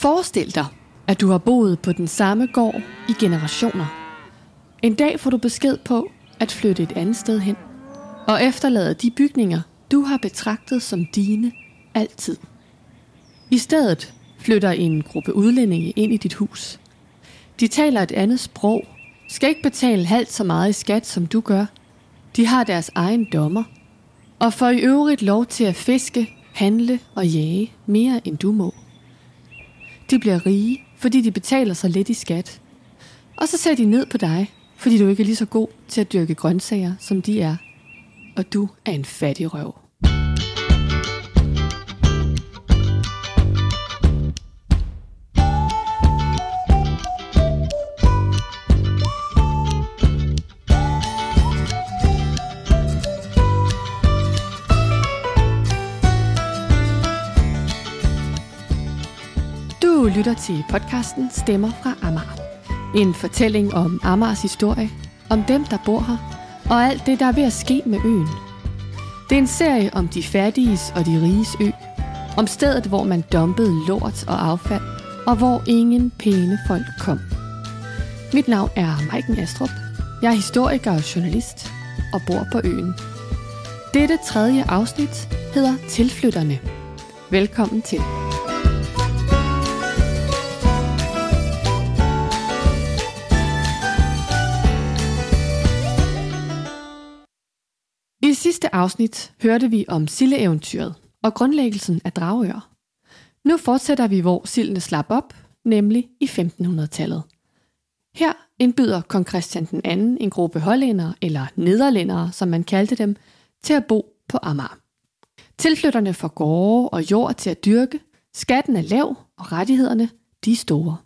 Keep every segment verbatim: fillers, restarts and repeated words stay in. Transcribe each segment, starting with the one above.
Forestil dig, at du har boet på den samme gård i generationer. En dag får du besked på at flytte et andet sted hen, og efterlade de bygninger, du har betragtet som dine altid. I stedet flytter en gruppe udlændinge ind i dit hus. De taler et andet sprog, skal ikke betale halvt så meget i skat, som du gør. De har deres egen dommer, og får i øvrigt lov til at fiske, handle og jage mere end du må. De bliver rige, fordi de betaler så lidt i skat. Og så ser de ned på dig, fordi du ikke er lige så god til at dyrke grøntsager, som de er. Og du er en fattig røv. Du lytter til podcasten Stemmer fra Amager. En fortælling om Amagers historie, om dem, der bor her, og alt det, der er ved at ske med øen. Det er en serie om de fattiges og de riges ø. Om stedet, hvor man dumpede lort og affald, og hvor ingen pæne folk kom. Mit navn er Maiken Astrup. Jeg er historiker og journalist og bor på øen. Dette tredje afsnit hedder Tilflytterne. Velkommen til. I sidste afsnit hørte vi om sildeeventyret og grundlæggelsen af Dragør. Nu fortsætter vi, hvor sildene slap op, nemlig i femtenhundredetallet. Her indbyder kong Christian den anden en gruppe hollændere, eller nederlændere, som man kaldte dem, til at bo på Amager. Tilflytterne får gårde og jord til at dyrke, skatten er lav, og rettighederne, de er store.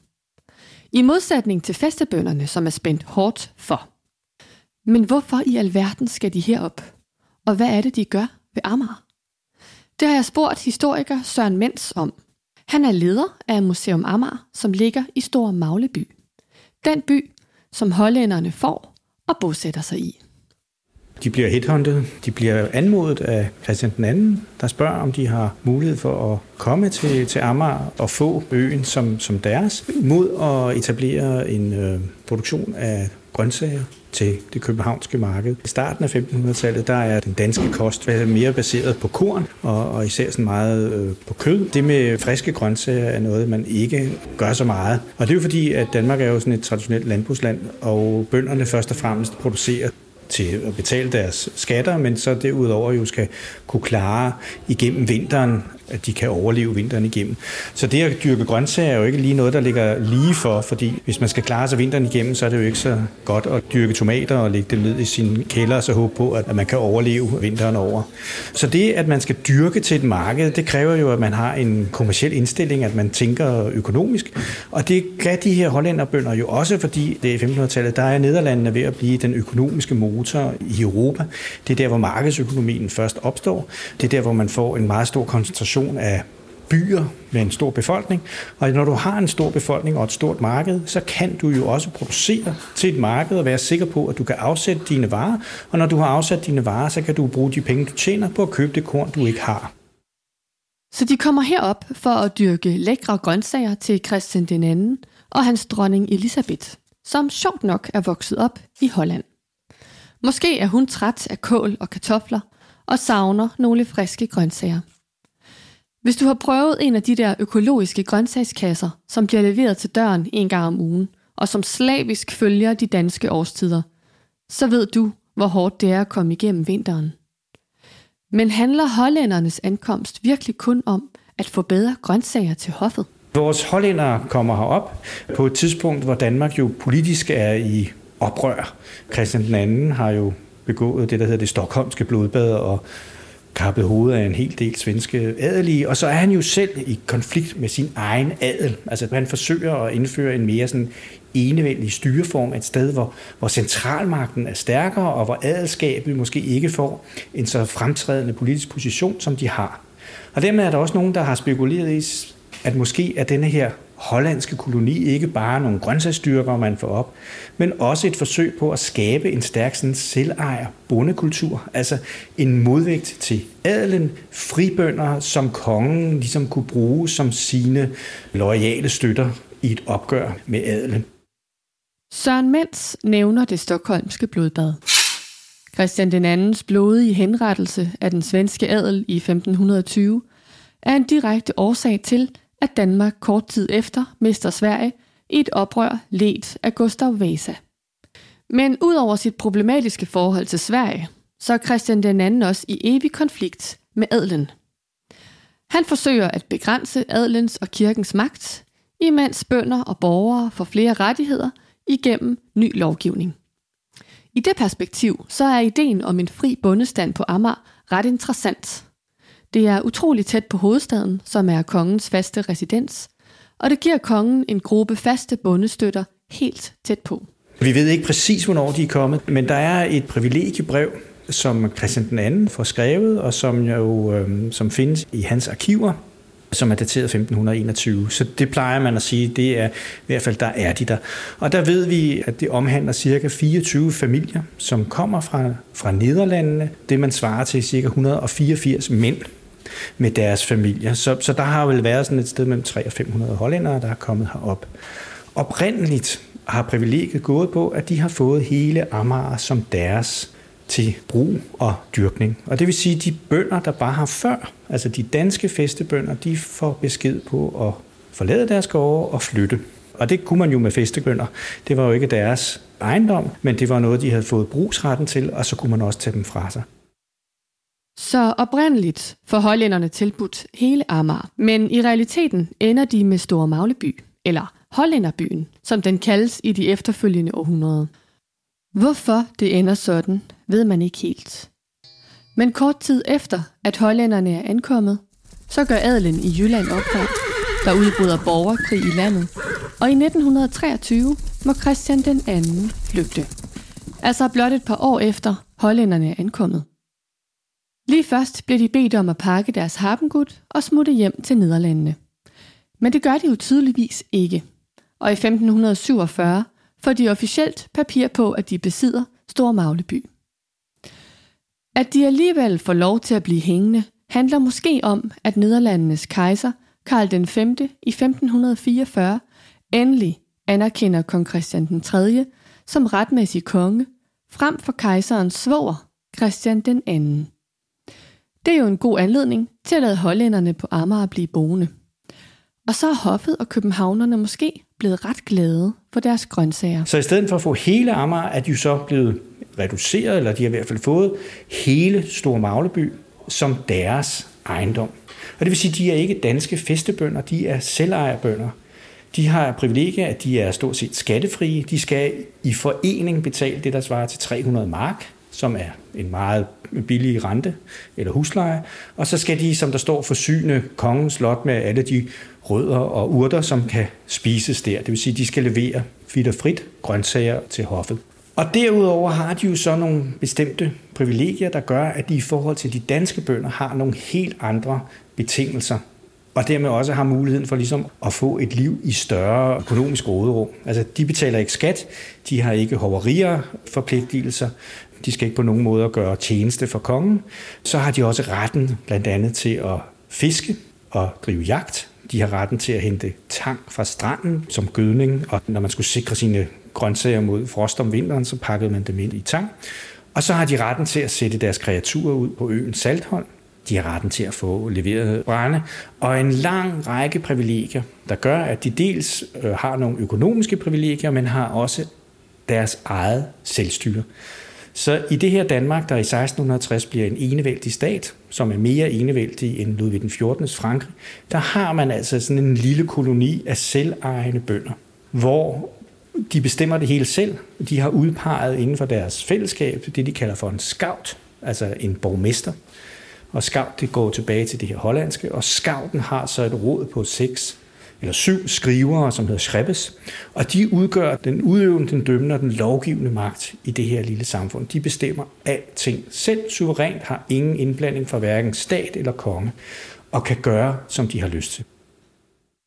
I modsætning til fæstebønderne, som er spændt hårdt for. Men hvorfor i alverden skal de herop? Og hvad er det, de gør ved Amager? Det har jeg spurgt historiker Søren Mens om. Han er leder af Museum Amager, som ligger i Store Magleby. Den by, som hollænderne får og bosætter sig i. De bliver headhunted. De bliver anmodet af Christian den anden, der spørger, om de har mulighed for at komme til, til Amager og få øen som, som deres, mod at etablere en øh, produktion af grøntsager til det københavnske marked. I starten af femtenhundredetallet, der er den danske kost mere baseret på korn, og, og især sådan meget øh, på kød. Det med friske grøntsager er noget, man ikke gør så meget. Og det er jo fordi, at Danmark er jo sådan et traditionelt landbrugsland, og bønderne først og fremmest producerer til at betale deres skatter, men så derudover jo skal kunne klare igennem vinteren, at de kan overleve vinteren igennem. Så det at dyrke grøntsager er jo ikke lige noget, der ligger lige for, fordi hvis man skal klare sig vinteren igennem, så er det jo ikke så godt at dyrke tomater og lægge dem ned i sine kælder og så håbe på, at man kan overleve vinteren over. Så det, at man skal dyrke til et marked, det kræver jo, at man har en kommerciel indstilling, at man tænker økonomisk. Og det kan de her hollænderbønder jo også, fordi det er i femtenhundredetallet, der er Nederlandene ved at blive den økonomiske motor i Europa. Det er der, hvor markedsøkonomien først opstår. Det er der, hvor man får en meget stor koncentration af byer med en stor befolkning. Og når du har en stor befolkning og et stort marked, så kan du jo også producere til et marked og være sikker på, at du kan afsætte dine varer. Og når du har afsat dine varer, så kan du bruge de penge, du tjener på at købe det korn, du ikke har. Så de kommer herop for at dyrke lækre grøntsager til Christian den anden og hans dronning Elisabeth, som sjovt nok er vokset op i Holland. Måske er hun træt af kål og kartofler og savner nogle friske grøntsager. Hvis du har prøvet en af de der økologiske grøntsagskasser, som bliver leveret til døren en gang om ugen, og som slavisk følger de danske årstider, så ved du, hvor hårdt det er at komme igennem vinteren. Men handler hollændernes ankomst virkelig kun om at få bedre grøntsager til hoffet? Vores hollændere kommer herop på et tidspunkt, hvor Danmark jo politisk er i oprør. Christian den anden har jo begået det, der hedder det Stockholmske blodbad, og kappet hovedet af en hel del svenske adelige, og så er han jo selv i konflikt med sin egen adel. Altså han forsøger at indføre en mere sådan enevældig styreform, et sted, hvor, hvor centralmagten er stærkere, og hvor adelskabet måske ikke får en så fremtrædende politisk position, som de har. Og dermed er der også nogen, der har spekuleret i, at måske er denne her hollandske koloni ikke bare nogle grøntsagsdyrkere, man får op, men også et forsøg på at skabe en stærk sådan selvejer bondekultur, altså en modvægt til adelen, fribønder, som kongen ligesom kunne bruge som sine loyale støtter i et opgør med adelen. Søren Mentz nævner det stockholmske blodbad. Christian den andens blodige henrettelse af den svenske adel i femten tyve er en direkte årsag til, at Danmark kort tid efter mister Sverige i et oprør ledt af Gustav Vasa. Men udover sit problematiske forhold til Sverige, så er Christian den anden også i evig konflikt med adelen. Han forsøger at begrænse adelens og kirkens magt, imens bønder og borgere får flere rettigheder igennem ny lovgivning. I det perspektiv så er ideen om en fri bondestand på Amager ret interessant. Det er utroligt tæt på hovedstaden, som er kongens faste residens, og det giver kongen en gruppe faste bondestøtter helt tæt på. Vi ved ikke præcis, hvornår de er kommet, men der er et privilegiebrev, som Christian den anden får skrevet, og som jo øh, som findes i hans arkiver, som er dateret femten enogtyve. Så det plejer man at sige, det er i hvert fald, der er de der. Og der ved vi, at det omhandler cirka fireogtyve familier, som kommer fra, fra Nederlandene. Det man svarer til cirka et hundrede og fireogfirs mænd med deres familier. Så, så der har vel været sådan et sted mellem tre hundrede og fem hundrede hollændere, der er kommet herop. Oprindeligt har privilegiet gået på, at de har fået hele Amager som deres til brug og dyrkning. Og det vil sige, at de bønder, der bare har før, altså de danske fæstebønder, de får besked på at forlade deres gårde og flytte. Og det kunne man jo med fæstebønder. Det var jo ikke deres ejendom, men det var noget, de havde fået brugsretten til, og så kunne man også tage dem fra sig. Så oprindeligt får hollænderne tilbudt hele Amager, men i realiteten ender de med Store Magleby, eller Hollænderbyen, som den kaldes i de efterfølgende århundreder. Hvorfor det ender sådan, ved man ikke helt. Men kort tid efter, at hollænderne er ankommet, så gør adelen i Jylland oprør, der udbryder borgerkrig i landet, og i nitten treogtyve må Christian den anden flygte. Altså blot et par år efter hollænderne er ankommet. Lige først bliver de bedt om at pakke deres harpengud og smutte hjem til Nederlandene. Men det gør de jo tydeligvis ikke, og i femten syvogfyrre får de officielt papir på, at de besidder Store Magleby. At de alligevel får lov til at blive hængende, handler måske om, at Nederlandenes kejser, Karl den femte, i femten fireogfyrre endelig anerkender kong Christian den tredje som retmæssig konge, frem for kejserens svoger, Christian den anden. Det er jo en god anledning til at lade hollænderne på Amager blive boende. Og så er hoffet og københavnerne måske blevet ret glade for deres grøntsager. Så i stedet for at få hele Amager, er de jo så blevet reduceret, eller de har i hvert fald fået hele Store Magleby som deres ejendom. Og det vil sige, at de er ikke danske fæstebønder, de er selvejerbønder. De har privilegier, at de er stort set skattefrie. De skal i forening betale det, der svarer til tre hundrede mark, som er en meget billig rente eller husleje. Og så skal de, som der står, forsyne kongens slot med alle de rødder og urter, som kan spises der. Det vil sige, at de skal levere fit og frit grøntsager til hoffet. Og derudover har de jo så nogle bestemte privilegier, der gør, at de i forhold til de danske bønder har nogle helt andre betingelser. Og dermed også har muligheden for ligesom at få et liv i større økonomisk råderum. Altså, de betaler ikke skat, de har ikke hoverier forpligtelser, de skal ikke på nogen måde gøre tjeneste for kongen. Så har de også retten blandt andet til at fiske og drive jagt. De har retten til at hente tang fra stranden som gødning, og når man skulle sikre sine grøntsager mod frost om vinteren, så pakkede man dem ind i tang. Og så har de retten til at sætte deres kreaturer ud på øen Saltholm. De har retten til at få leveret brænde, og en lang række privilegier, der gør, at de dels har nogle økonomiske privilegier, men har også deres eget selvstyre. Så i det her Danmark, der i seksten tres bliver en enevældig stat, som er mere enevældig end Ludvig den fjortendes Frankrig, der har man altså sådan en lille koloni af selvejende bønder, hvor de bestemmer det hele selv. De har udpeget inden for deres fællesskab det, de kalder for en scout, altså en borgmester. Og scout, det går tilbage til det her hollandske, og scouten har så et råd på seks eller syv skrivere, som hedder schrebbes, og de udgør den udøvende, den dømmende og den lovgivende magt i det her lille samfund. De bestemmer alting selv suverænt, har ingen indblanding fra hverken stat eller konge, og kan gøre, som de har lyst til.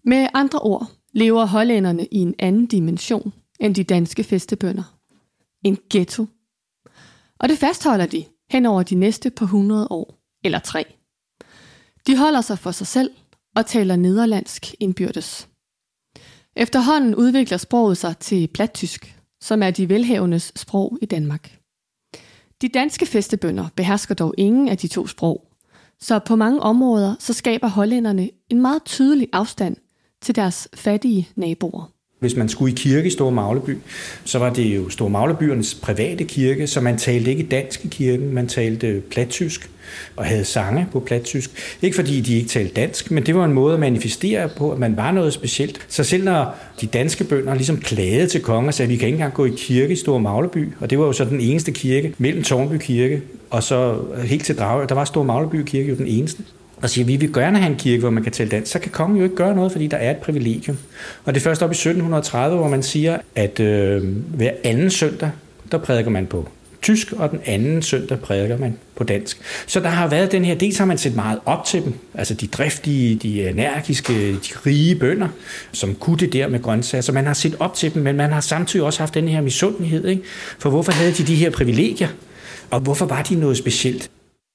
Med andre ord lever hollænderne i en anden dimension end de danske fæstebønder. En ghetto. Og det fastholder de hen over de næste par hundrede år, eller tre. De holder sig for sig selv og taler nederlandsk indbyrdes. Efterhånden udvikler sproget sig til plattysk, som er de velhavendes sprog i Danmark. De danske fæstebønder behersker dog ingen af de to sprog, så på mange områder så skaber hollænderne en meget tydelig afstand til deres fattige naboer. Hvis man skulle i kirke i Store Magleby, så var det jo Store Maglebyernes private kirke, så man talte ikke dansk i kirken, man talte plattysk og havde sange på plattysk. Ikke fordi de ikke talte dansk, men det var en måde at manifestere på, at man var noget specielt. Så selv når de danske bønder ligesom klagede til kongen og sagde, at vi kan ikke engang gå i kirke i Store Magleby, og det var jo så den eneste kirke mellem Tårnby Kirke og så helt til Dragør, der var Store Magleby Kirke jo den eneste. Og siger, vi vil gerne have en kirke, hvor man kan tale dansk, så kan kongen jo ikke gøre noget, fordi der er et privilegium. Og det er først op i sytten tredive, hvor man siger, at øh, hver anden søndag, der prædiker man på tysk, og den anden søndag prædiker man på dansk. Så der har været den her, dels har man set meget op til dem, altså de driftige, de energiske, de rige bønder, som kunne det der med grøntsager, så man har set op til dem, men man har samtidig også haft den her misundelighed, ikke? For hvorfor havde de de her privilegier, og hvorfor var de noget specielt?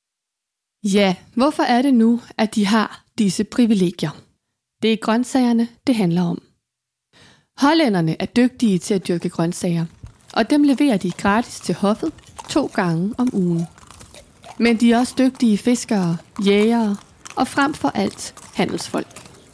Ja, hvorfor er det nu, at de har disse privilegier? Det er grøntsagerne, det handler om. Hollænderne er dygtige til at dyrke grøntsager, og dem leverer de gratis til hoffet to gange om ugen. Men de er også dygtige fiskere, jægere og frem for alt handelsfolk.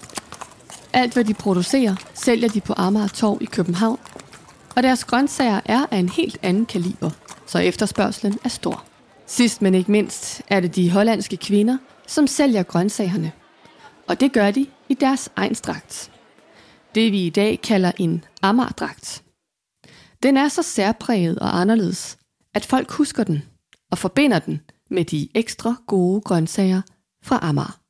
Alt hvad de producerer, sælger de på Amager Torv i København, og deres grøntsager er af en helt anden kaliber, så efterspørgslen er stor. Sidst men ikke mindst er det de hollandske kvinder, som sælger grøntsagerne. Og det gør de i deres egnsdragt. Det vi i dag kalder en Amagerdragt. Den er så særpræget og anderledes, at folk husker den og forbinder den med de ekstra gode grøntsager fra Amager.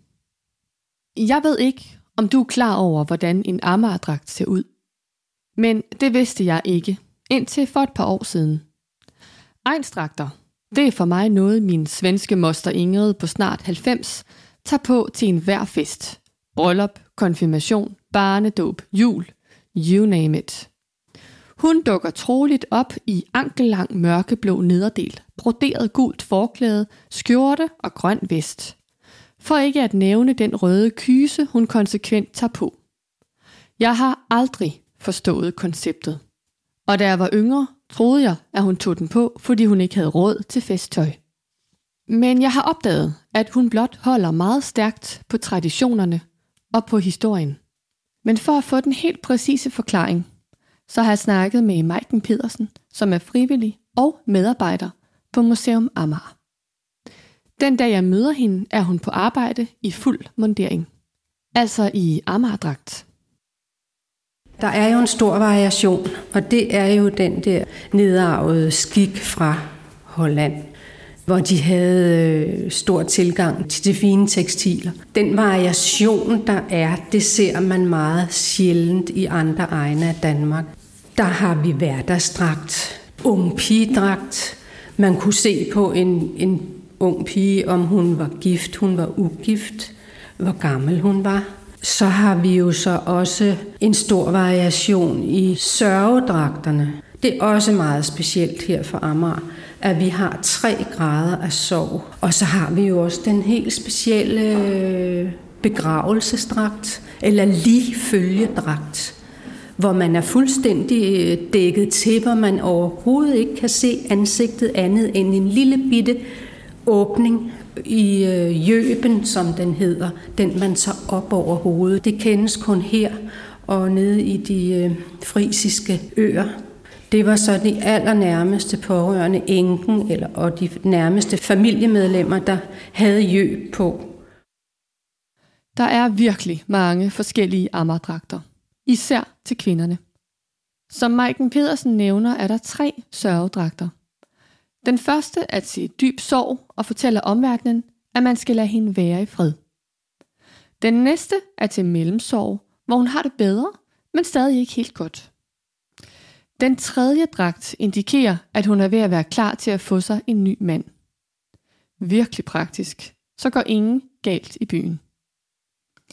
Jeg ved ikke, om du er klar over, hvordan en Amagerdragt ser ud. Men det vidste jeg ikke, indtil for et par år siden. Egnsdragter, det er for mig noget, min svenske moster Ingrid på snart halvfems tager på til enhver fest. Bryllup, konfirmation, barnedåb, jul, you name it. Hun dukker troligt op i ankellang mørkeblå nederdel, broderet gult forklæde, skjorte og grøn vest. For ikke at nævne den røde kyse, hun konsekvent tager på. Jeg har aldrig forstået konceptet. Og da jeg var yngre, troede jeg, at hun tog den på, fordi hun ikke havde råd til festtøj. Men jeg har opdaget, at hun blot holder meget stærkt på traditionerne og på historien. Men for at få den helt præcise forklaring, så har jeg snakket med Maiken Pedersen, som er frivillig og medarbejder på Museum Amager. Den dag jeg møder hende, er hun på arbejde i fuld mundering. Altså i Amagerdragt. Der er jo en stor variation, og det er jo den der nedarvede skik fra Holland, hvor de havde stor tilgang til de fine tekstiler. Den variation, der er, det ser man meget sjældent i andre egne af Danmark. Der har vi hverdagsdragt, ung pigedragt. Man kunne se på en, en ung pige, om hun var gift, hun var ugift, hvor gammel hun var. Så har vi jo så også en stor variation i sørgedragterne. Det er også meget specielt her for Amager, at vi har tre grader af sorg. Og så har vi jo også den helt specielle begravelsesdragt, eller ligfølgedragt, hvor man er fuldstændig dækket til, hvor man overhovedet ikke kan se ansigtet andet end en lille bitte åbning i øh, jøben, som den hedder, den man tager op over hovedet. Det kendes kun her og nede i de øh, frisiske øer. Det var så de allernærmeste pårørende, enken eller, og de nærmeste familiemedlemmer, der havde jøb på. Der er virkelig mange forskellige Amagerdragter, især til kvinderne. Som Maiken Pedersen nævner, er der tre sørgedragter. Den første er til dyb sorg og fortæller omverdenen, at man skal lade hende være i fred. Den næste er til mellemsorg, hvor hun har det bedre, men stadig ikke helt godt. Den tredje dragt indikerer, at hun er ved at være klar til at få sig en ny mand. Virkelig praktisk. Så går ingen galt i byen.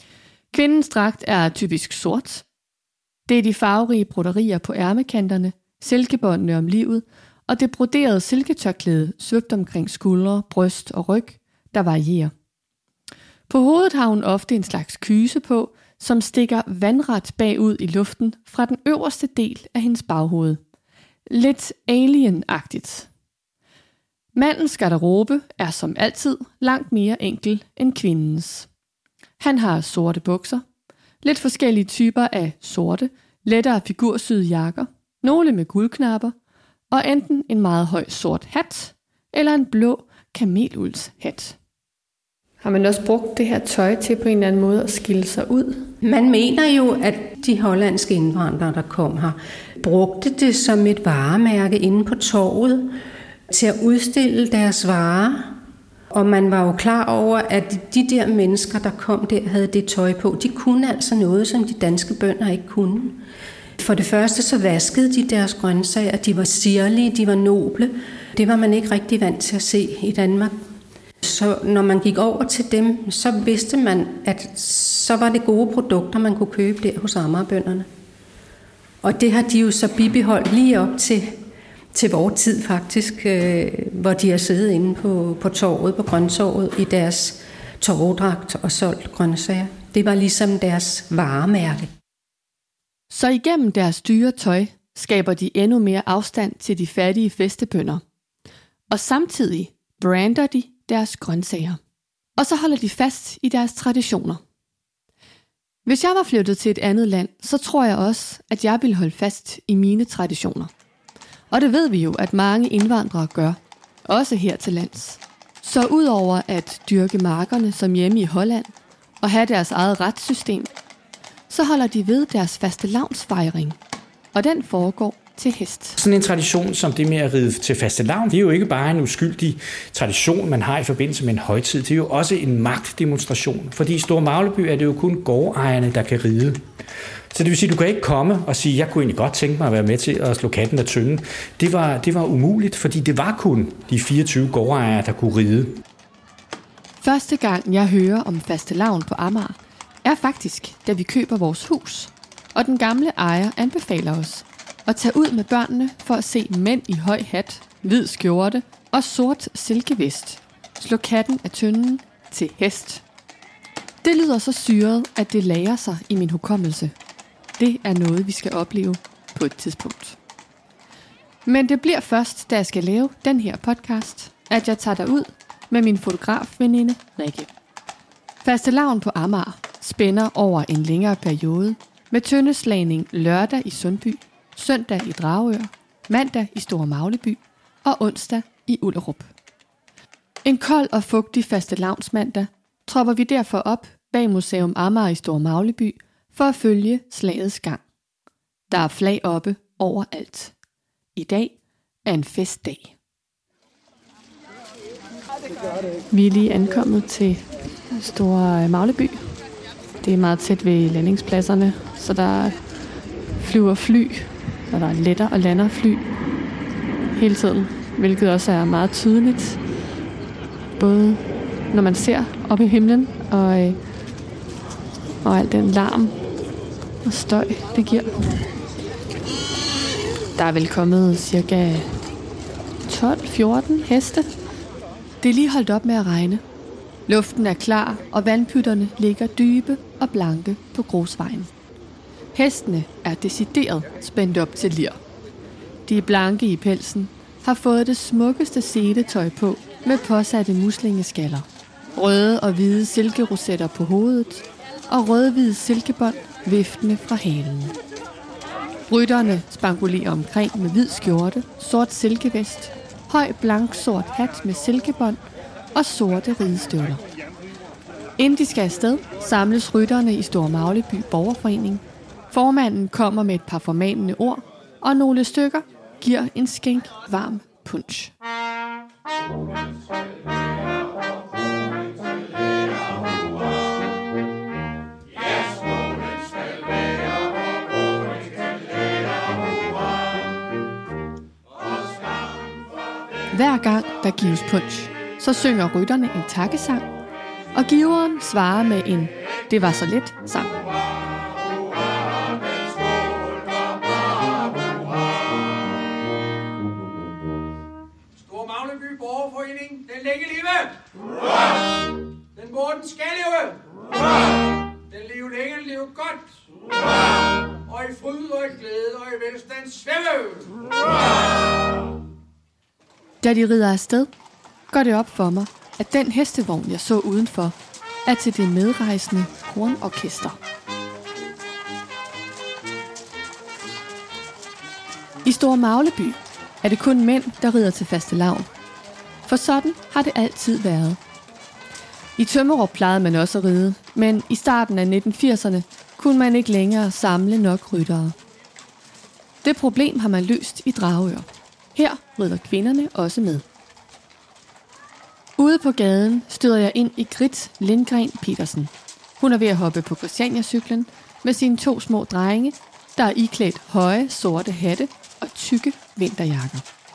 Kvindens dragt er typisk sort. Det er de farverige broderier på ærmekanterne, silkebåndene om livet og det broderede silketørklæde svøbt omkring skuldre, bryst og ryg, der varierer. På hovedet har hun ofte en slags kyse på, som stikker vandret bagud i luften fra den øverste del af hendes baghoved. Lidt alien-agtigt. Mandens garderobe er som altid langt mere enkel end kvindens. Han har sorte bukser, lidt forskellige typer af sorte, lettere figursyede jakker, nogle med guldknapper, og enten en meget høj sort hat, eller en blå kameluldshat. Har man også brugt det her tøj til på en eller anden måde at skille sig ud? Man mener jo, at de hollandske indvandrere, der kom her, brugte det som et varemærke inde på torvet til at udstille deres varer. Og man var jo klar over, at de der mennesker, der kom der, havde det tøj på. De kunne altså noget, som de danske bønder ikke kunne. For det første så vaskede de deres grøntsager. De var sirlige, de var noble. Det var man ikke rigtig vant til at se i Danmark. Så når man gik over til dem, så vidste man, at så var det gode produkter, man kunne købe der hos Amagerbønderne. Og det har de jo så bibeholdt lige op til, til vores tid faktisk, øh, hvor de har siddet inde på, på torvet, på Grøntorvet, i deres torvedragt og solgt grøntsager. Det var ligesom deres varemærke. Så igennem deres dyre tøj skaber de endnu mere afstand til de fattige fæstebønder. Og samtidig brander de deres grøntsager. Og så holder de fast i deres traditioner. Hvis jeg var flyttet til et andet land, så tror jeg også, at jeg ville holde fast i mine traditioner. Og det ved vi jo, at mange indvandrere gør, også her til lands. Så udover at dyrke markerne som hjemme i Holland og have deres eget retssystem, så holder de ved deres fastelavnsfejring, og den foregår til hest. Sådan en tradition som det med at ride til fastelavn, det er jo ikke bare en uskyldig tradition, man har i forbindelse med en højtid. Det er jo også en magtdemonstration, fordi i Store Magleby er det jo kun gårdejerne, der kan ride. Så det vil sige, at du kan ikke komme og sige, jeg kunne egentlig godt tænke mig at være med til at slå katten af tynden. Det var, det var umuligt, fordi det var kun de fireogtyve gårdejere, der kunne ride. Første gang jeg hører om fastelavn på Amager, er faktisk, da vi køber vores hus. Og den gamle ejer anbefaler os at tage ud med børnene for at se mænd i høj hat, hvid skjorte og sort silkevest slå katten af tynden til hest. Det lyder så syret, at det lagrer sig i min hukommelse. Det er noget, vi skal opleve på et tidspunkt. Men det bliver først, da jeg skal lave den her podcast, at jeg tager derud med min fotografveninde Rikke. Fastelavn på Amager spænder over en længere periode med tøndeslagning lørdag i Sundby, søndag i Dragør, mandag i Store Magleby og onsdag i Ullerup. En kold og fugtig fastelavnsmandag tropper vi derfor op bag Museum Amager i Store Magleby for at følge slagets gang. Der er flag oppe overalt. I dag er en festdag. Vi er lige ankommet til Store Magleby. Det er meget tæt ved landingspladserne, så der flyver fly, og der er letter og lander fly hele tiden, hvilket også er meget tydeligt. Både når man ser op i himlen, og, og al den larm og støj, det giver. Der er vel kommet cirka tolv fjorten heste. Det er lige holdt op med at regne. Luften er klar, og vandpytterne ligger dybe og blanke på grusvejen. Hestene er decideret spændt op til lir. De er blanke i pelsen, har fået det smukkeste seletøj på med påsatte muslingeskaller, røde og hvide silkerosetter på hovedet og rød-hvide silkebånd viftende fra halen. Rytterne spangulerer omkring med hvid skjorte, sort silkevest, høj blank sort hat med silkebånd og sorte ridestøvler. Inden de skal afsted, samles rytterne i Store Magleby Borgerforening. Formanden kommer med et par formanende ord, og nogle stykker giver en skænk varm punch. Hver gang der gives punch, så synger rytterne en takkesang, og giveren svarer med en Det var så let sammen. Store Magleby Borgerforening, den længe leve! Den hvor den skal leve! Den leve længe, leve godt! Og i fryd og i glæde og i velstand svæve! Da de rider afsted, går det op for mig, at den hestevogn, jeg så udenfor, er til det medrejsende hornorkester. I Store Magleby er det kun mænd, der rider til fastelavn. For sådan har det altid været. I Tømmerup plejede man også at ride, men i starten af nitten firserne kunne man ikke længere samle nok ryttere. Det problem har man løst i Dragør. Her rider kvinderne også med. Ude på gaden støder jeg ind i Grit Lindgren Petersen. Hun er ved at hoppe på Christiania-cyklen med sine to små drenge, der er iklædt høje, sorte hatte og tykke vinterjakker.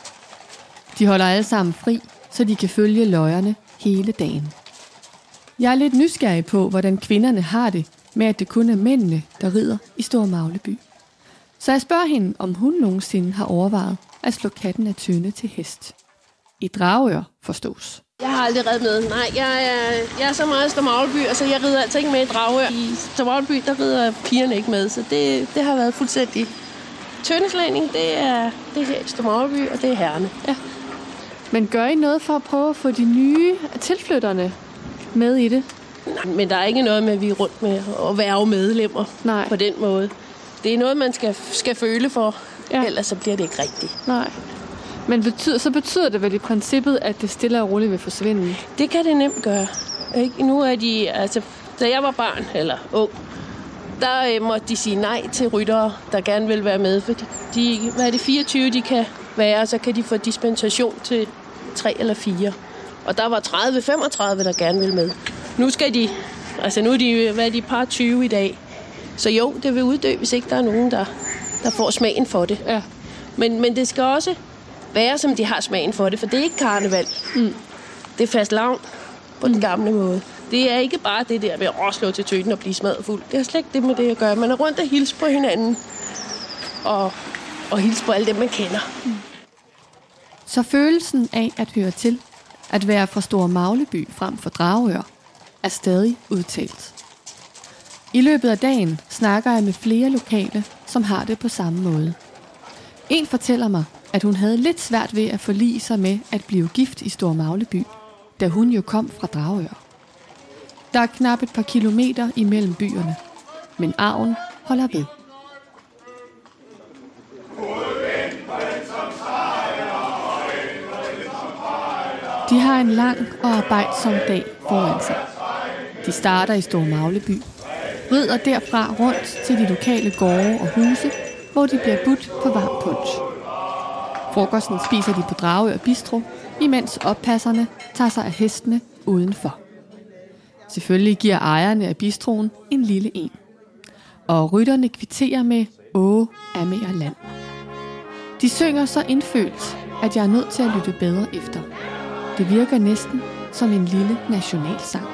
De holder alle sammen fri, så de kan følge løjerne hele dagen. Jeg er lidt nysgerrig på, hvordan kvinderne har det med, at det kun er mændene, der rider i Store Magleby. Så jeg spørger hende, om hun nogensinde har overvejet at slå katten af Tønde til hest. I Dragør forstås. Jeg har aldrig reddet med. Nej, jeg er, jeg er så meget i Store Magleby, altså jeg rider altså ikke med i Dragør. I Store Magleby, der rider pigerne ikke med, så det, det har været fuldstændig. Tøndeslagning, det er, det er her i Store Magleby, og det er herrene. Ja. Men gør I noget for at prøve at få de nye tilflytterne med i det? Nej, men der er ikke noget med, at vi er rundt med at være medlemmer. Nej. På den måde. Det er noget, man skal, skal føle for, ja. Ellers så bliver det ikke rigtigt. Nej. Men betyder, så betyder det vel i princippet, at det stille og roligt vil forsvinde? Det kan det nemt gøre. Ikke? Nu er de, altså, da jeg var barn, eller ung, der øh, måtte de sige nej til ryttere, der gerne vil være med. For de, de, hvad er det, fireogtyve de kan være, så kan de få dispensation til tre eller fire. Og der var tredive femogtredive, der gerne vil med. Nu skal de, altså nu er de, hvad er de, par tyve i dag. Så jo, det vil uddø, hvis ikke der er nogen, der, der får smagen for det. Ja. Men, men det skal også være, som de har smagen for det, for det er ikke karneval. Mm. Det er fastelavn på mm. den gamle måde. Det er ikke bare det der med at slå til tøten og blive smadret fuld. Det er slet ikke det med det at gøre. Man er rundt og hilse på hinanden. Og, og hilse på alle dem, man kender. Mm. Så følelsen af at høre til, at være fra Store Magleby frem for Dragør, er stadig udtalt. I løbet af dagen snakker jeg med flere lokale, som har det på samme måde. En fortæller mig, at hun havde lidt svært ved at forlige sig med at blive gift i Store Magleby, da hun jo kom fra Dragør. Der er knap et par kilometer imellem byerne, men arven holder ved. De har en lang og arbejdsom dag foran sig. De starter i Store Magleby, rider derfra rundt til de lokale gårde og huse, hvor de bliver budt på varm punch. Frokosten spiser de på Dragør Bistro, imens oppasserne tager sig af hestene udenfor. Selvfølgelig giver ejerne af bistroen en lille en. Og rytterne kvitterer med Åh, Amager land. De synger så indfølt, at jeg er nødt til at lytte bedre efter. Det virker næsten som en lille nationalsang.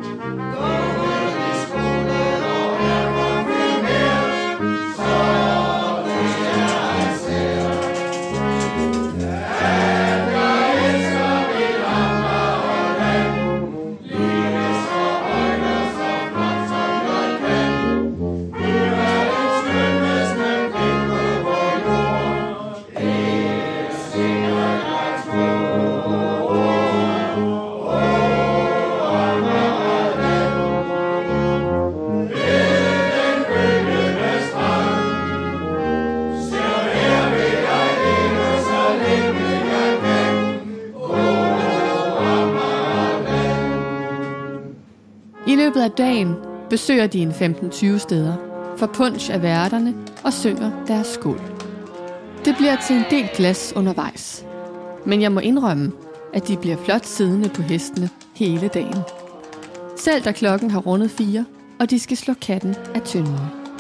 I løbet af dagen besøger de en femten tyve steder, får punch af værterne og synger deres skål. Det bliver til en del glas undervejs. Men jeg må indrømme, at de bliver flot siddende på hestene hele dagen. Selv da klokken har rundet fire, og de skal slå katten af Tønden.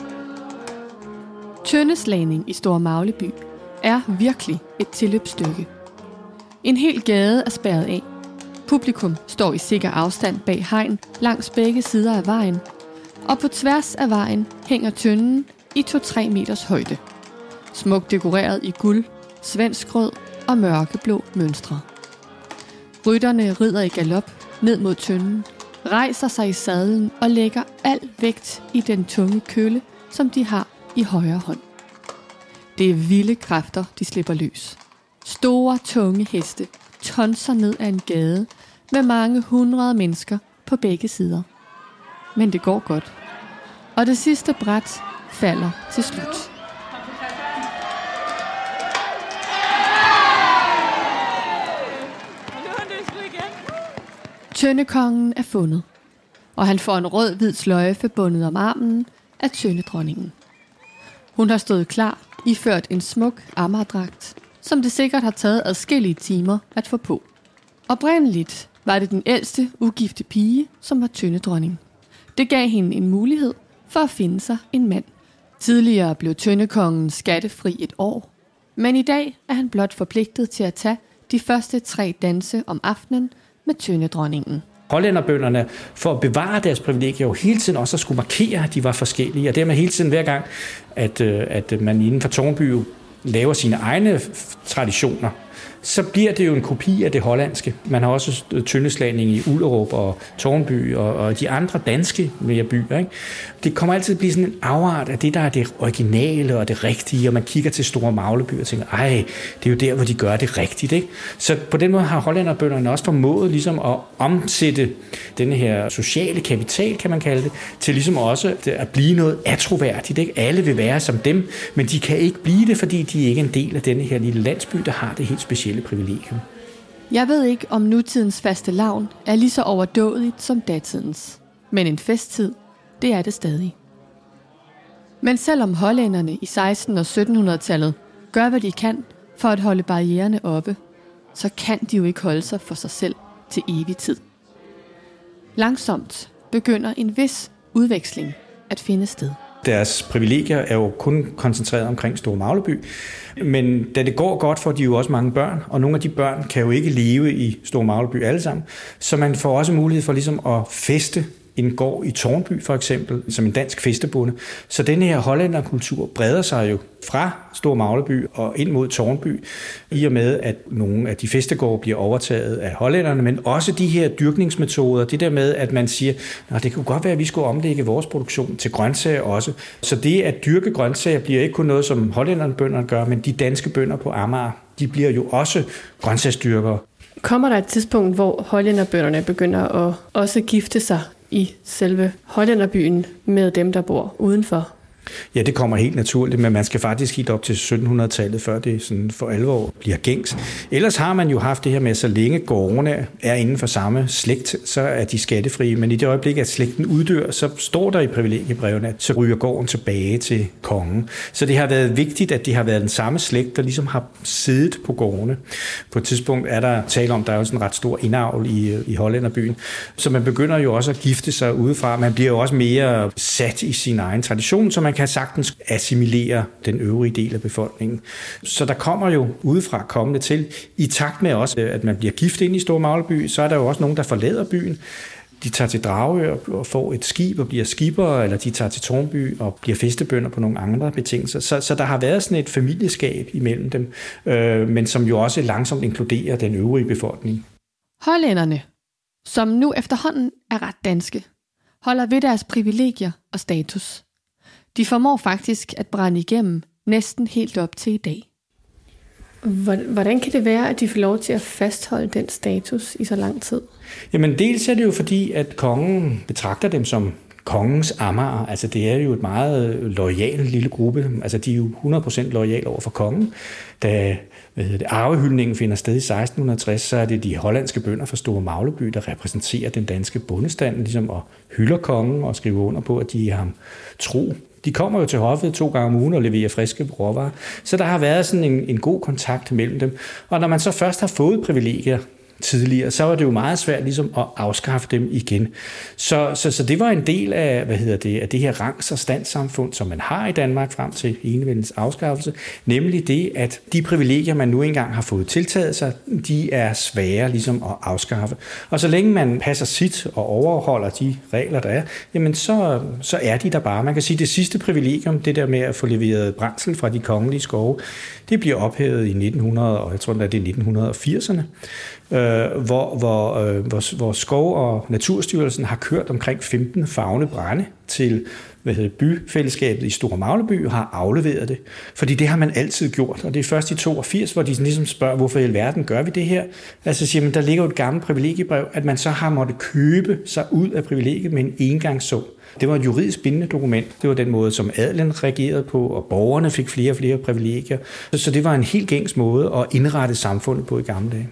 Tøndeslagning i Store Magleby er virkelig et tilløbsstykke. En hel gade er spærret af. Publikum står i sikker afstand bag hegn langs begge sider af vejen, og på tværs af vejen hænger tønden i to til tre meters højde. Smukt dekoreret i guld, svensk rød og mørkeblå mønstre. Rytterne rider i galop ned mod tønden, rejser sig i sadlen og lægger al vægt i den tunge kølle, som de har i højre hånd. Det er vilde kræfter, de slipper løs. Store, tunge heste tonser ned ad en gade med mange hundrede mennesker på begge sider. Men det går godt. Og det sidste bræt falder til slut. Tøndekongen er fundet, og han får en rød-hvid sløjfe bundet om armen af tøndedronningen. Hun har stået klar, iført en smuk Amagerdragt, som det sikkert har taget adskillige timer at få på. Oprindeligt var det den ældste ugifte pige, som var tøndedronning. Det gav hende en mulighed for at finde sig en mand. Tidligere blev tøndekongen skattefri et år, men i dag er han blot forpligtet til at tage de første tre danse om aftenen med tøndedronningen. Hollænderbønderne, for at bevare deres privilegier, jo hele tiden også at skulle markere, at de var forskellige, og dermed hele tiden hver gang, at, at man inden for Tårnby laver sine egne traditioner, så bliver det jo en kopi af det hollandske. Man har også tøndeslagning i Ullerup og Tårnby og, og de andre danske mere byer. Ikke? Det kommer altid at blive sådan en afart af det, der er det originale og det rigtige, og man kigger til Store Magleby og tænker, ej, det er jo der, hvor de gør det rigtigt. Ikke? Så på den måde har hollænderbønderne også formået ligesom at omsætte denne her sociale kapital, kan man kalde det, til ligesom også at blive noget attråværdigt. Ikke? Alle vil være som dem, men de kan ikke blive det, fordi de ikke er en del af denne her lille landsby, der har det helt specielle privilegium. Jeg ved ikke, om nutidens fastelavn er lige så overdådigt som datidens. Men en festtid, det er det stadig. Men selvom hollænderne i seksten- og syttenhundredetallet gør, hvad de kan for at holde barriererne oppe, så kan de jo ikke holde sig for sig selv til evig tid. Langsomt begynder en vis udveksling at finde sted. Deres privilegier er jo kun koncentreret omkring Store Magleby, men da det går godt, får de jo også mange børn, og nogle af de børn kan jo ikke leve i Store Magleby alle sammen, så man får også mulighed for ligesom at feste en gård i Tårnby for eksempel, som en dansk festebonde. Så denne her hollænderkultur breder sig jo fra Store Magleby og ind mod Tårnby, i og med, at nogle af de festegårde bliver overtaget af hollænderne, men også de her dyrkningsmetoder, det der med, at man siger, at det kunne godt være, at vi skulle omlægge vores produktion til grøntsager også. Så det at dyrke grøntsager bliver ikke kun noget, som hollænderne gør, men de danske bønder på Amager, de bliver jo også grøntsagsdyrkere. Kommer der et tidspunkt, hvor hollænderbønderne begynder at også gifte sig i selve hollænderbyen med dem, der bor udenfor? Ja, det kommer helt naturligt, men man skal faktisk helt op til syttenhundredetallet, før det sådan for alvor bliver gængs. Ellers har man jo haft det her med, så længe gårdene er inden for samme slægt, så er de skattefrie. Men i det øjeblik, at slægten uddør, så står der i privilegiebrevene, at så ryger gården tilbage til kongen. Så det har været vigtigt, at det har været den samme slægt, der ligesom har siddet på gårdene. På et tidspunkt er der tale om, at der er jo sådan en ret stor indavl i, i hollænderbyen. Så man begynder jo også at gifte sig udefra. Man bliver jo også mere sat i sin egen tradition, så man kan sagtens assimilere den øvrige del af befolkningen. Så der kommer jo udefra kommende til, i takt med også, at man bliver gift ind i Store Magleby, så er der jo også nogen, der forlader byen. De tager til Dragør og får et skib og bliver skipper, eller de tager til Tårnby og bliver festebønder på nogle andre betingelser. Så, så der har været sådan et familieskab imellem dem, øh, men som jo også langsomt inkluderer den øvrige befolkning. Hollænderne, som nu efterhånden er ret danske, holder ved deres privilegier og status. De formår faktisk at brænde igennem næsten helt op til i dag. Hvordan kan det være, at de får lov til at fastholde den status i så lang tid? Jamen dels er det jo fordi, at kongen betragter dem som kongens Amager. Altså det er jo et meget loyal lille gruppe. Altså de er jo hundrede procent loyale over for kongen. Da hvad hedder det, arvehyldningen finder sted i seksten tres, så er det de hollandske bønder fra Store Magleby, der repræsenterer den danske bondestand, ligesom og hylder kongen og skriver under på, at de er ham tro. De kommer jo til hoffet to gange om ugen og leverer friske råvarer. Så der har været sådan en, en god kontakt mellem dem. Og når man så først har fået privilegier, tidligere, så var det jo meget svært ligesom at afskaffe dem igen. Så, så, så det var en del af, hvad hedder det, af det her rangs- og standssamfund, som man har i Danmark frem til enevældens afskaffelse, nemlig det, at de privilegier, man nu engang har fået tiltaget sig, de er svære ligesom at afskaffe. Og så længe man passer sit og overholder de regler, der er, jamen så, så er de der bare. Man kan sige, at det sidste privilegium, det der med at få leveret brændsel fra de kongelige skove, det bliver ophævet i nitten hundrede, og jeg tror, det er nitten firserne, øh, hvor, hvor, øh, hvor, hvor Skov- og Naturstyrelsen har kørt omkring femten farvende brænde til hvad hedder, byfællesskabet i Store Magleby og har afleveret det. Fordi det har man altid gjort, og det er først i toogfirs, hvor de ligesom spørger, hvorfor i alverden gør vi det her? Altså siger man, der ligger jo et gammelt privilegiebrev, at man så har måttet købe sig ud af privilegiet med en engangssum. Det var et juridisk bindende dokument. Det var den måde, som adelen reagerede på, og borgerne fik flere og flere privilegier. Så det var en helt gængs måde at indrette samfundet på i gamle dage.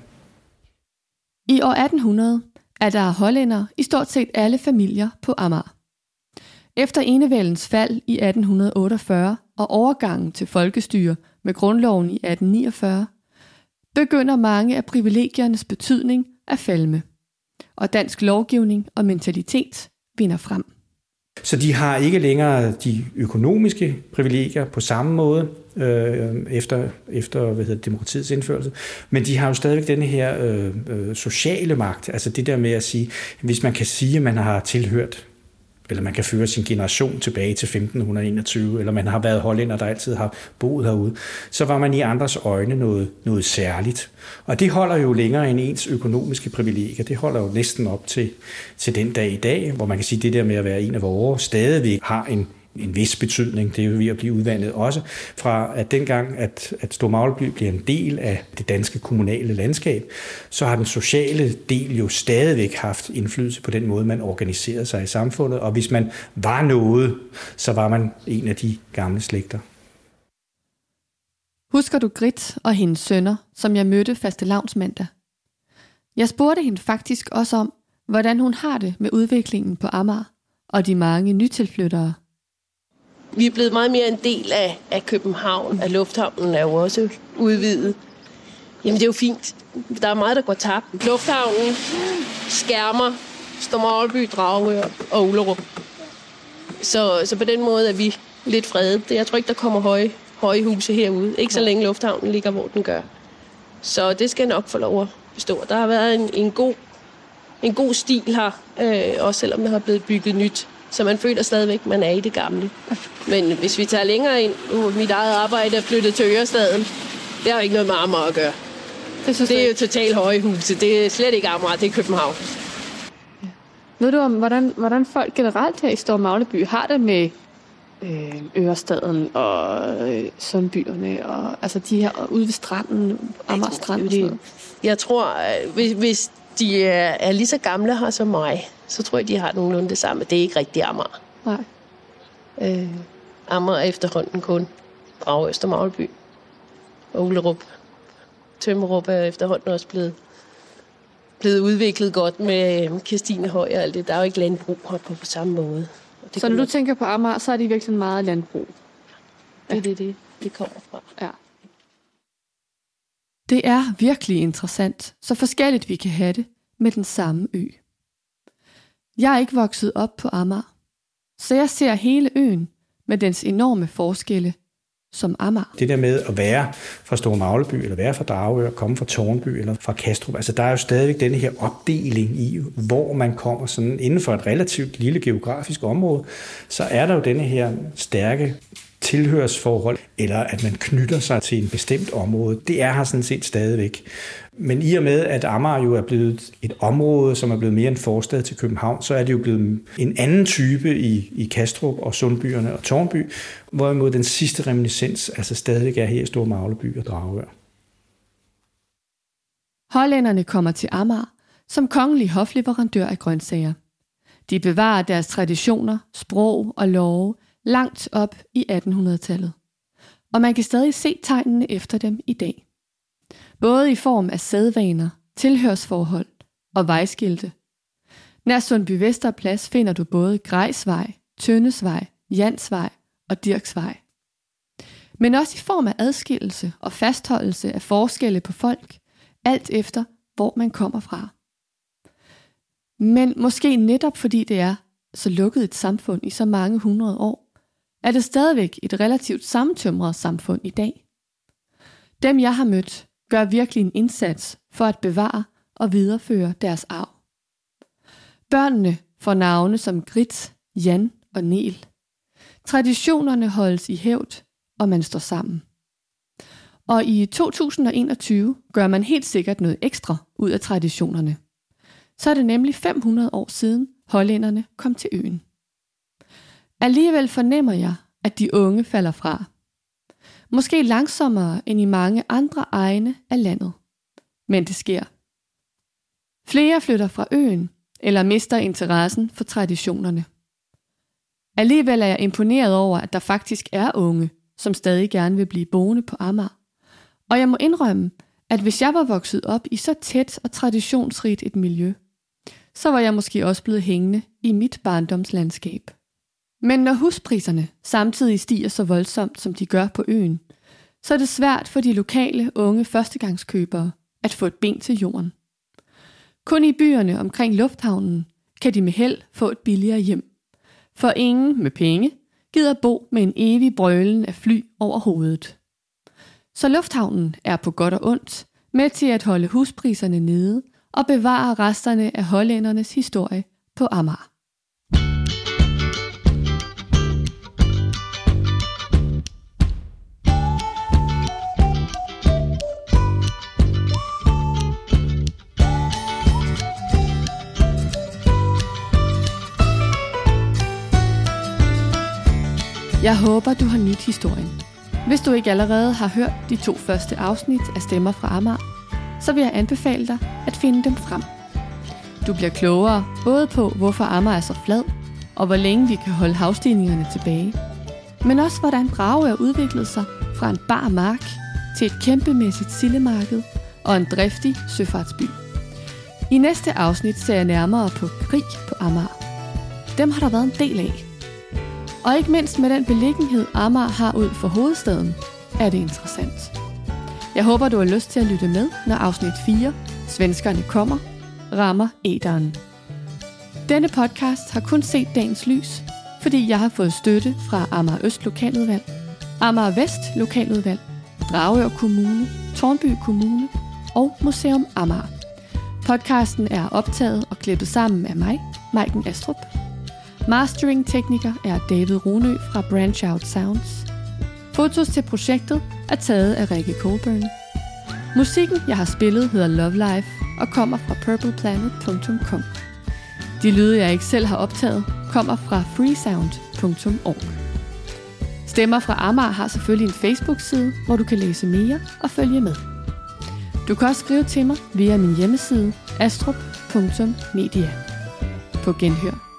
I år atten hundrede er der hollændere i stort set alle familier på Amager. Efter enevældens fald i atten otteogfyrre og overgangen til folkestyre med grundloven i atten niogfyrre, begynder mange af privilegiernes betydning at falme, og dansk lovgivning og mentalitet vinder frem. Så de har ikke længere de økonomiske privilegier på samme måde øh, efter, efter hvad hedder, demokratiets indførelse, men de har jo stadigvæk denne her øh, øh, sociale magt, altså det der med at sige, hvis man kan sige, at man har tilhørt, eller man kan føre sin generation tilbage til femten enogtyve, eller man har været hollænder, der altid har boet herude, så var man i andres øjne noget, noget særligt. Og det holder jo længere end ens økonomiske privilegier. Det holder jo næsten op til, til den dag i dag, hvor man kan sige, at det der med at være en af vores stadigvæk har en, en vis betydning. Det er jo ved at blive udvandet også fra, at dengang, at, at Store Magleby bliver en del af det danske kommunale landskab, så har den sociale del jo stadigvæk haft indflydelse på den måde, man organiserede sig i samfundet. Og hvis man var noget, så var man en af de gamle slægter. Husker du Grit og hendes sønner, som jeg mødte fastelavnsmandag? Jeg spurgte hende faktisk også om, hvordan hun har det med udviklingen på Amager og de mange nytilflyttere. Vi er blevet meget mere en del af, af København, af lufthavnen er jo også udvidet. Jamen det er jo fint. Der er meget, der går tabt. Lufthavnen skærmer Store Magleby, Dragør og Ullerup. Så, så på den måde er vi lidt fredet. Jeg tror ikke, der kommer høje, høje huse herude. Ikke så længe lufthavnen ligger, hvor den gør. Så det skal nok få lov at bestå. Der har været en, en, god, en god stil her, øh, også selvom der har blevet bygget nyt. Så man føler stadigvæk, at man er i det gamle. Men hvis vi tager længere ind, uh, mit eget arbejde er flyttet til Ørestaden. Det har jo ikke noget med Amager at gøre. Det, det er jo totalt høje huse. Det er slet ikke Amager, det er København. Ja. Ved du om, hvordan, hvordan folk generelt her i Store Magleby har det med øh, Ørestaden og øh, Sundbyerne, og altså de her ude ved stranden, Amager Strand og sådan noget? Jeg tror, hvis, hvis de er, er lige så gamle her som mig, så tror jeg, de har nogenlunde det samme. Det er ikke rigtig Amager. Nej. Øh, Amager er efterhånden kun Dragør, Store Magleby og Ullerup. Tømmerup er efterhånden også blevet, blevet udviklet godt med Kirstinehøj og alt det. Der er jo ikke landbrug her på, på samme måde. Så når du tænker på Amager, så er det virkelig meget landbrug? Det er det, det, det kommer fra. Ja. Det er virkelig interessant, så forskelligt vi kan have det med den samme ø. Jeg er ikke vokset op på Amager, så jeg ser hele øen med dens enorme forskelle som Amager. Det der med at være fra Store Magleby, eller være fra Dragør, komme fra Tårnby eller fra Kastrup, altså der er jo stadigvæk denne her opdeling i, hvor man kommer sådan inden for et relativt lille geografisk område, så er der jo denne her stærke tilhørsforhold, eller at man knytter sig til en bestemt område. Det er her sådan set stadigvæk. Men i og med, at Amager jo er blevet et område, som er blevet mere en forstad til København, så er det jo blevet en anden type i, i Kastrup og Sundbyerne og Tårnby, hvorimod den sidste reminiscens altså stadig er her i Store Magleby og Dragør. Hollænderne kommer til Amager som kongelig hofleverandør af grøntsager. De bevarer deres traditioner, sprog og love langt op i attenhundredetallet. Og man kan stadig se tegnene efter dem i dag. Både i form af sædvaner, tilhørsforhold og vejskilte. Nær Sundby Vesterplads finder du både Grejsvej, Tønnesvej, Jansvej og Dirksvej. Men også i form af adskillelse og fastholdelse af forskelle på folk, alt efter hvor man kommer fra. Men måske netop fordi det er så lukket et samfund i så mange hundrede år, er det stadigvæk et relativt sammentømret samfund i dag. Dem jeg har mødt gør virkelig en indsats for at bevare og videreføre deres arv. Børnene får navne som Grit, Jan og Nel. Traditionerne holdes i hævd, og man står sammen. Og i to tusind og enogtyve gør man helt sikkert noget ekstra ud af traditionerne. Så er det nemlig fem hundrede år siden hollænderne kom til øen. Alligevel fornemmer jeg, at de unge falder fra. Måske langsommere end i mange andre egne af landet. Men det sker. Flere flytter fra øen, eller mister interessen for traditionerne. Alligevel er jeg imponeret over, at der faktisk er unge, som stadig gerne vil blive boende på Amager. Og jeg må indrømme, at hvis jeg var vokset op i så tæt og traditionsrigt et miljø, så var jeg måske også blevet hængende i mit barndomslandskab. Men når huspriserne samtidig stiger så voldsomt, som de gør på øen, så er det svært for de lokale unge førstegangskøbere at få et ben til jorden. Kun i byerne omkring lufthavnen kan de med held få et billigere hjem. For ingen med penge gider bo med en evig brølen af fly over hovedet. Så lufthavnen er på godt og ondt med til at holde huspriserne nede og bevare resterne af hollændernes historie på Amager. Jeg håber, du har nydt historien. Hvis du ikke allerede har hørt de to første afsnit af Stemmer fra Amager, så vil jeg anbefale dig at finde dem frem. Du bliver klogere både på, hvorfor Amager er så flad, og hvor længe vi kan holde havstigningerne tilbage, men også hvordan Dragør udviklede sig fra en bar mark til et kæmpemæssigt sildemarked og en driftig søfartsby. I næste afsnit ser jeg nærmere på krig på Amager. Dem har der været en del af. Og ikke mindst med den beliggenhed, Amager har ud for hovedstaden, er det interessant. Jeg håber, du har lyst til at lytte med, når afsnit fire, Svenskerne kommer, rammer æteren. Denne podcast har kun set dagens lys, fordi jeg har fået støtte fra Amager Øst Lokaludvalg, Amager Vest Lokaludvalg, Dragør Kommune, Tårnby Kommune og Museum Amager. Podcasten er optaget og klippet sammen af mig, Maiken Astrup. Mastering-tekniker er David Runø fra Branch Out Sounds. Fotos til projektet er taget af Rikke Colburn. Musikken, jeg har spillet, hedder Love Life og kommer fra purple planet punktum com. De lyde, jeg ikke selv har optaget, kommer fra freesound punktum org. Stemmer fra Amager har selvfølgelig en Facebook-side, hvor du kan læse mere og følge med. Du kan også skrive til mig via min hjemmeside astrup punktum media. På genhør.